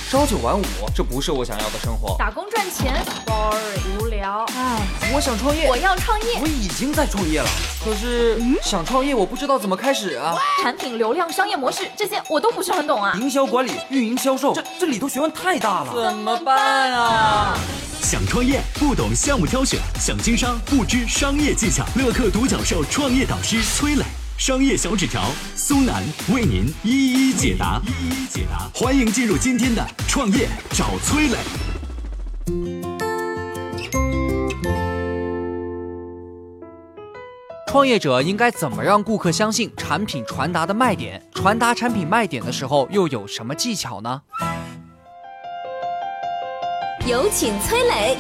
朝9晚5，这不是我想要的生活。 打工赚钱 ，boring 无聊。 我想创业， 我要创业。 我已经在创业了，可是想创业我不知道怎么开始啊。 产品、流量、商业模式这些我都不是很懂啊。 营销管理、运营、销售，这里头学问太大了，怎么办啊？ 想创业不懂项目挑选，想经商不知商业技巧。乐客独角兽创业导师崔磊，商业小纸条苏南为您一一解答。欢迎进入今天的创业找崔磊。 创业者应该怎么让顾客相信产品传达的卖点？传达产品卖点的时候又有什么技巧呢？ 有请崔磊。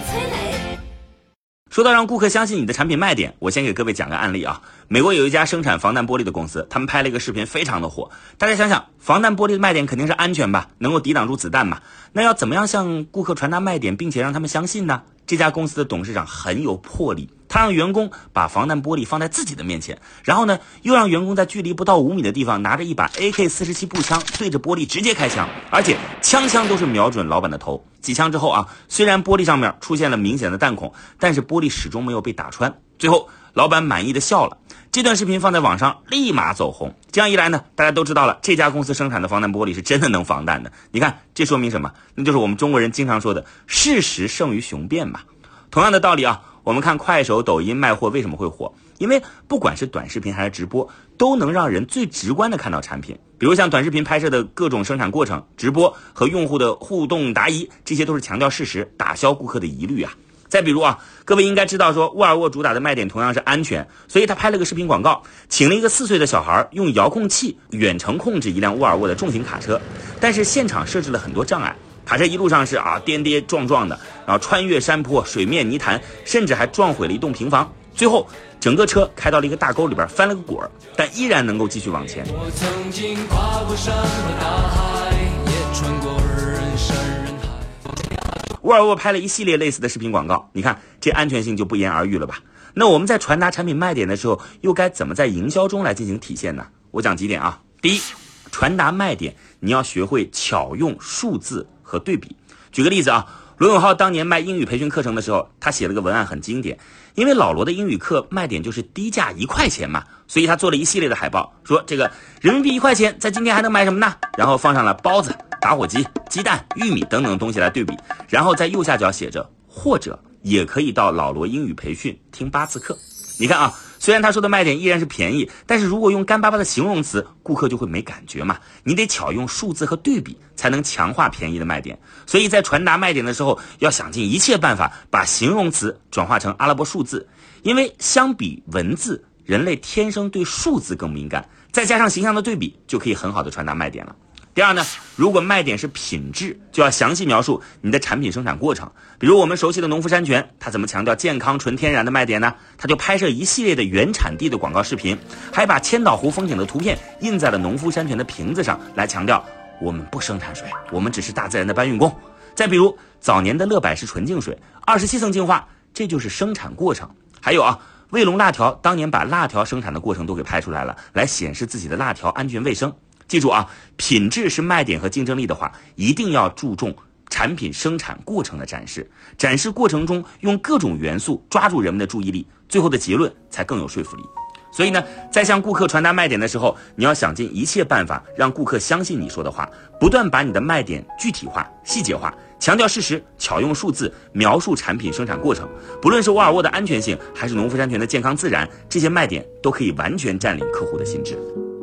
说到让顾客相信你的产品卖点，我先给各位讲个案例啊。美国有一家生产防弹玻璃的公司，他们拍了一个视频，非常的火。大家想想，防弹玻璃的卖点肯定是安全吧，能够抵挡住子弹嘛。那要怎么样向顾客传达卖点，并且让他们相信呢？这家公司的董事长很有魄力，他让员工把防弹玻璃放在自己的面前，然后呢，又让员工在距离不到5米的地方拿着一把 AK-47 步枪，对着玻璃直接开枪，而且枪都是瞄准老板的头。几枪之后啊，虽然玻璃上面出现了明显的弹孔，但是玻璃始终没有被打穿。最后老板满意的笑了。这段视频放在网上立马走红，这样一来呢，大家都知道了这家公司生产的防弹玻璃是真的能防弹的。你看这说明什么？那就是我们中国人经常说的事实胜于雄辩嘛。同样的道理啊，我们看快手、抖音卖货为什么会火？因为不管是短视频还是直播，都能让人最直观的看到产品。比如像短视频拍摄的各种生产过程，直播和用户的互动答疑，这些都是强调事实，打消顾客的疑虑啊。再比如啊，各位应该知道说沃尔沃主打的卖点同样是安全，所以他拍了个视频广告，请了一个4岁的小孩用遥控器远程控制一辆沃尔沃的重型卡车，但是现场设置了很多障碍，卡车一路上是跌跌撞撞的，然后穿越山坡、水面、泥潭，甚至还撞毁了一栋平房。最后整个车开到了一个大沟里边，翻了个滚，但依然能够继续往前。 我曾经跨过山和大海，也穿过人山人海。 沃尔沃拍了一系列类似的视频广告，你看这安全性就不言而喻了吧？那我们在传达产品卖点的时候，又该怎么在营销中来进行体现呢？我讲几点啊。第一，传达卖点你要学会巧用数字和对比。举个例子啊，罗永浩当年卖英语培训课程的时候，他写了个文案很经典，因为老罗的英语课卖点就是低价1块钱嘛，所以他做了一系列的海报，说这个人民币1块钱在今天还能买什么呢？然后放上了包子、打火机、鸡蛋、玉米等等东西来对比，然后在右下角写着或者也可以到老罗英语培训听8次课。你看啊，虽然他说的卖点依然是便宜，但是如果用干巴巴的形容词，顾客就会没感觉嘛。你得巧用数字和对比，才能强化便宜的卖点。所以在传达卖点的时候，要想尽一切办法把形容词转化成阿拉伯数字，因为相比文字，人类天生对数字更敏感，再加上形象的对比，就可以很好的传达卖点了。第二呢，如果卖点是品质，就要详细描述你的产品生产过程。比如我们熟悉的农夫山泉，它怎么强调健康纯天然的卖点呢？它就拍摄一系列的原产地的广告视频，还把千岛湖风景的图片印在了农夫山泉的瓶子上，来强调我们不生产水，我们只是大自然的搬运工。再比如早年的乐百氏纯净水，27层净化，这就是生产过程。还有啊，卫龙辣条当年把辣条生产的过程都给拍出来了，来显示自己的辣条安全卫生。记住啊，品质是卖点和竞争力的话，一定要注重产品生产过程的展示，展示过程中用各种元素抓住人们的注意力，最后的结论才更有说服力。所以呢，在向顾客传达卖点的时候，你要想尽一切办法让顾客相信你说的话，不断把你的卖点具体化、细节化，强调事实，巧用数字描述产品生产过程。不论是沃尔沃的安全性，还是农夫山泉的健康自然，这些卖点都可以完全占领客户的心智。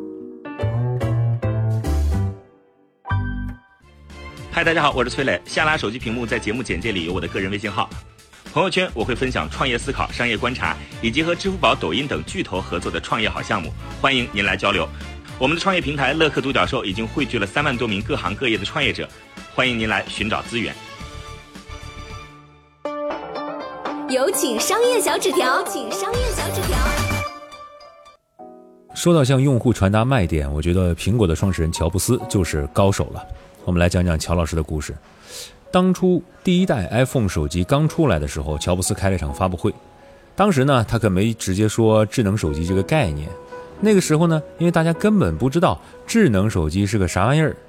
嗨，大家好，我是崔磊。下拉手机屏幕，在节目简介里有我的个人微信号。朋友圈我会分享创业思考、商业观察，以及和支付宝、抖音等巨头合作的创业好项目，欢迎您来交流。我们的创业平台乐客独角兽已经汇聚了3万多名各行各业的创业者，欢迎您来寻找资源。 有请商业小纸条， 说到向用户传达卖点，我觉得苹果的创始人乔布斯就是高手了。我们来讲讲乔老师的故事。当初第一代 iPhone 手机刚出来的时候，乔布斯开了一场发布会。当时呢，他可没直接说智能手机这个概念。那个时候呢，因为大家根本不知道智能手机是个啥玩意儿，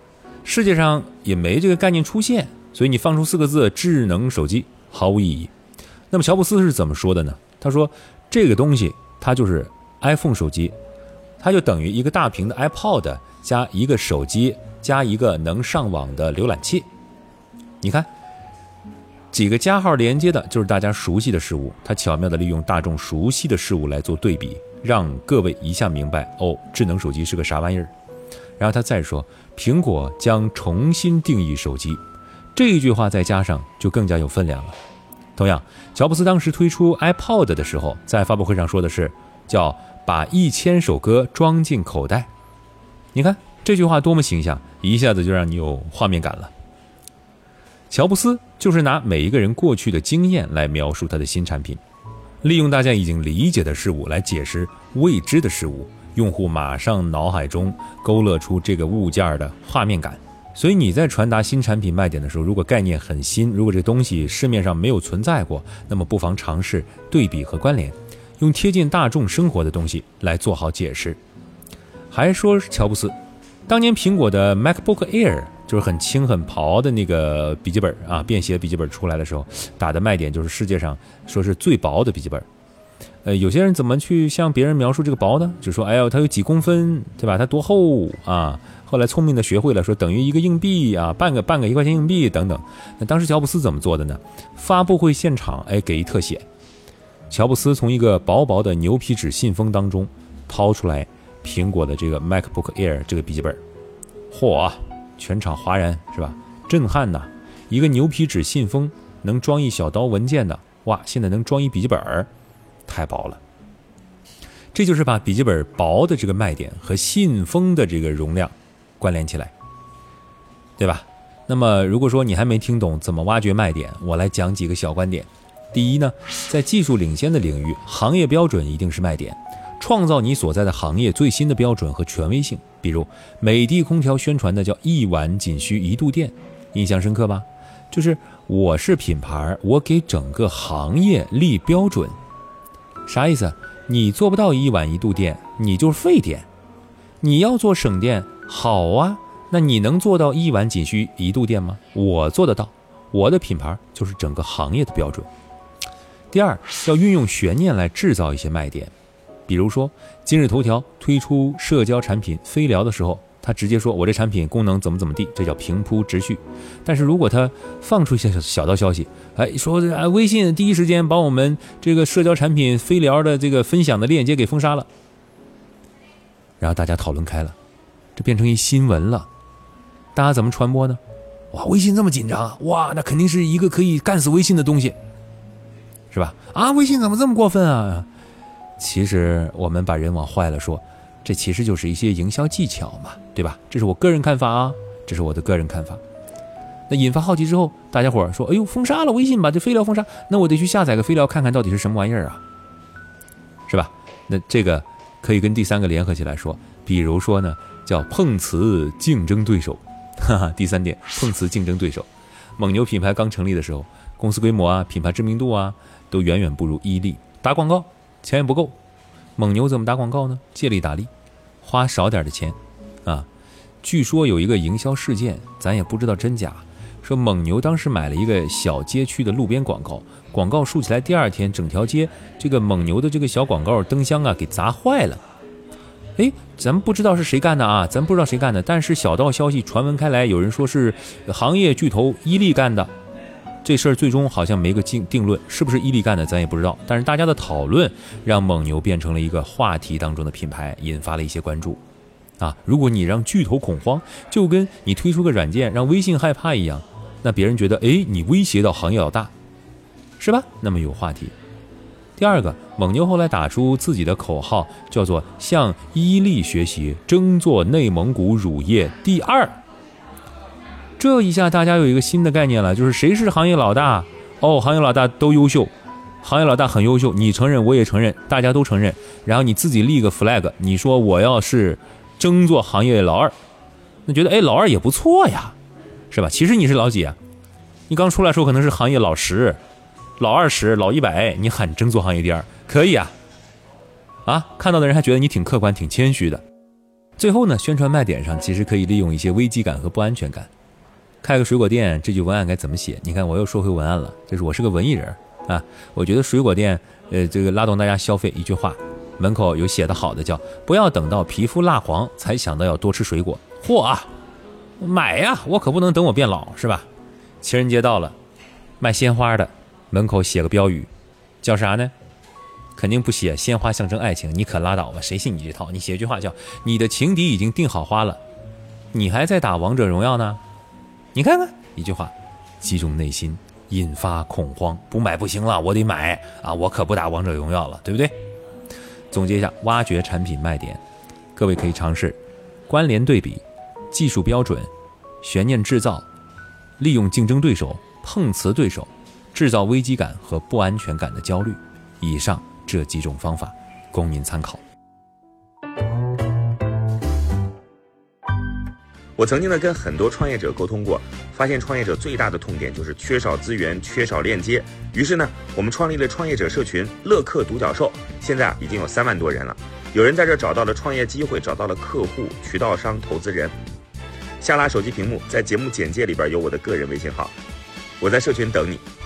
世界上也没这个概念出现，所以你放出4个字智能手机毫无意义。那么乔布斯是怎么说的呢？他说这个东西它就是 iPhone 手机，它就等于一个大屏的 iPod 加一个手机加一个能上网的浏览器。你看几个加号连接的就是大家熟悉的事物，它巧妙地利用大众熟悉的事物来做对比，让各位一下明白智能手机是个啥玩意儿。然后他再说苹果将重新定义手机，这一句话再加上就更加有分量了。同样，乔布斯当时推出 iPod 的时候，在发布会上说的是叫把1000首歌装进口袋。你看这句话多么形象，一下子就让你有画面感了。乔布斯就是拿每一个人过去的经验来描述他的新产品，利用大家已经理解的事物来解释未知的事物，用户马上脑海中勾勒出这个物件的画面感。所以你在传达新产品卖点的时候，如果概念很新，如果这东西市面上没有存在过，那么不妨尝试对比和关联，用贴近大众生活的东西来做好解释。还说乔布斯当年苹果的 MacBook Air 就是很轻很薄的那个笔记本啊，便携笔记本出来的时候，打的卖点就是世界上说是最薄的笔记本。有些人怎么去向别人描述这个薄呢？就说哎呦它有几公分，对吧？它多厚啊？后来聪明的学会了说等于一个硬币啊，半个1块钱硬币等等。那当时乔布斯怎么做的呢？发布会现场给一特写，乔布斯从一个薄薄的牛皮纸信封当中掏出来苹果的这个 MacBook Air 这个笔记本，嚯，全场哗然是吧？震撼呐！一个牛皮纸信封能装一小刀文件的，哇，现在能装一笔记本，太薄了。这就是把笔记本薄的这个卖点和信封的这个容量关联起来，对吧？那么如果说你还没听懂怎么挖掘卖点，我来讲几个小观点。第一呢，在技术领先的领域，行业标准一定是卖点，创造你所在的行业最新的标准和权威性。比如美的空调宣传的叫一晚仅需1度电，印象深刻吧？就是我是品牌，我给整个行业立标准。啥意思？你做不到1晚1度电，你就是废电。你要做省电，好啊，那你能做到1晚仅需1度电吗？我做得到，我的品牌就是整个行业的标准。第二，要运用悬念来制造一些卖点。比如说今日头条推出社交产品飞聊的时候，他直接说我这产品功能怎么地，这叫平铺直叙。但是如果他放出一些小道消息，说微信第一时间把我们这个社交产品飞聊的这个分享的链接给封杀了，然后大家讨论开了，这变成一新闻了。大家怎么传播呢？哇，微信这么紧张啊，哇，那肯定是一个可以干死微信的东西，是吧？啊，微信怎么这么过分啊？其实我们把人往坏了说，这其实就是一些营销技巧嘛，对吧？这是我个人看法啊，这是我的个人看法。那引发好奇之后，大家伙说，哎呦，封杀了微信，把这飞聊封杀，那我得去下载个飞聊看看到底是什么玩意儿啊，是吧？那这个可以跟第三个联合起来说，比如说呢，叫碰瓷竞争对手。第三点，碰瓷竞争对手。蒙牛品牌刚成立的时候，公司规模啊、品牌知名度啊，都远远不如伊利。打广告钱也不够，蒙牛怎么打广告呢？借力打力，花少点的钱啊。据说有一个营销事件，咱也不知道真假，说蒙牛当时买了一个小街区的路边广告，广告竖起来第二天，整条街这个蒙牛的这个小广告灯箱啊给砸坏了。咱们不知道是谁干的啊，咱不知道谁干的，但是小道消息传闻开来，有人说是行业巨头伊利干的。这事儿最终好像没个定论，是不是伊利干的咱也不知道，但是大家的讨论让蒙牛变成了一个话题当中的品牌，引发了一些关注啊。如果你让巨头恐慌，就跟你推出个软件让微信害怕一样，那别人觉得你威胁到行业老大，是吧？那么有话题。第二个，蒙牛后来打出自己的口号，叫做向伊利学习，争做内蒙古乳业第2。这一下大家有一个新的概念了，就是谁是行业老大？行业老大都优秀，行业老大很优秀，你承认我也承认，大家都承认，然后你自己立个 flag， 你说我要是争做行业老2，那觉得老2也不错呀，是吧？其实你是老几啊？你刚出来的时候可能是行业老10、老20、老100，你喊争做行业第2可以啊，看到的人还觉得你挺客观挺谦虚的。 最后呢，宣传卖点上其实可以利用一些危机感和不安全感。开个水果店，这句文案该怎么写？你看我又说回文案了，就是我是个文艺人啊，我觉得水果店这个拉动大家消费一句话，门口有写的好的叫不要等到皮肤蜡黄才想到要多吃水果。嚯啊，买呀，我可不能等我变老是吧？情人节到了，卖鲜花的门口写个标语，叫啥呢？肯定不写鲜花象征爱情，你可拉倒吧，谁信你这套？你写一句话叫你的情敌已经订好花了，你还在打王者荣耀呢？你看看，一句话击中内心，引发恐慌，不买不行了，我得买啊！我可不打王者荣耀了，对不对？总结一下，挖掘产品卖点，各位可以尝试关联对比、技术标准、悬念制造，利用竞争对手、碰瓷对手，制造危机感和不安全感的焦虑。以上这几种方法供您参考。 我曾经呢跟很多创业者沟通过，发现创业者最大的痛点就是缺少资源、缺少链接。于是呢，我们创立了创业者社群乐客独角兽，现在已经有3万多人了。有人在这找到了创业机会，找到了客户、渠道商、投资人。下拉手机屏幕，在节目简介里边有我的个人微信号，我在社群等你。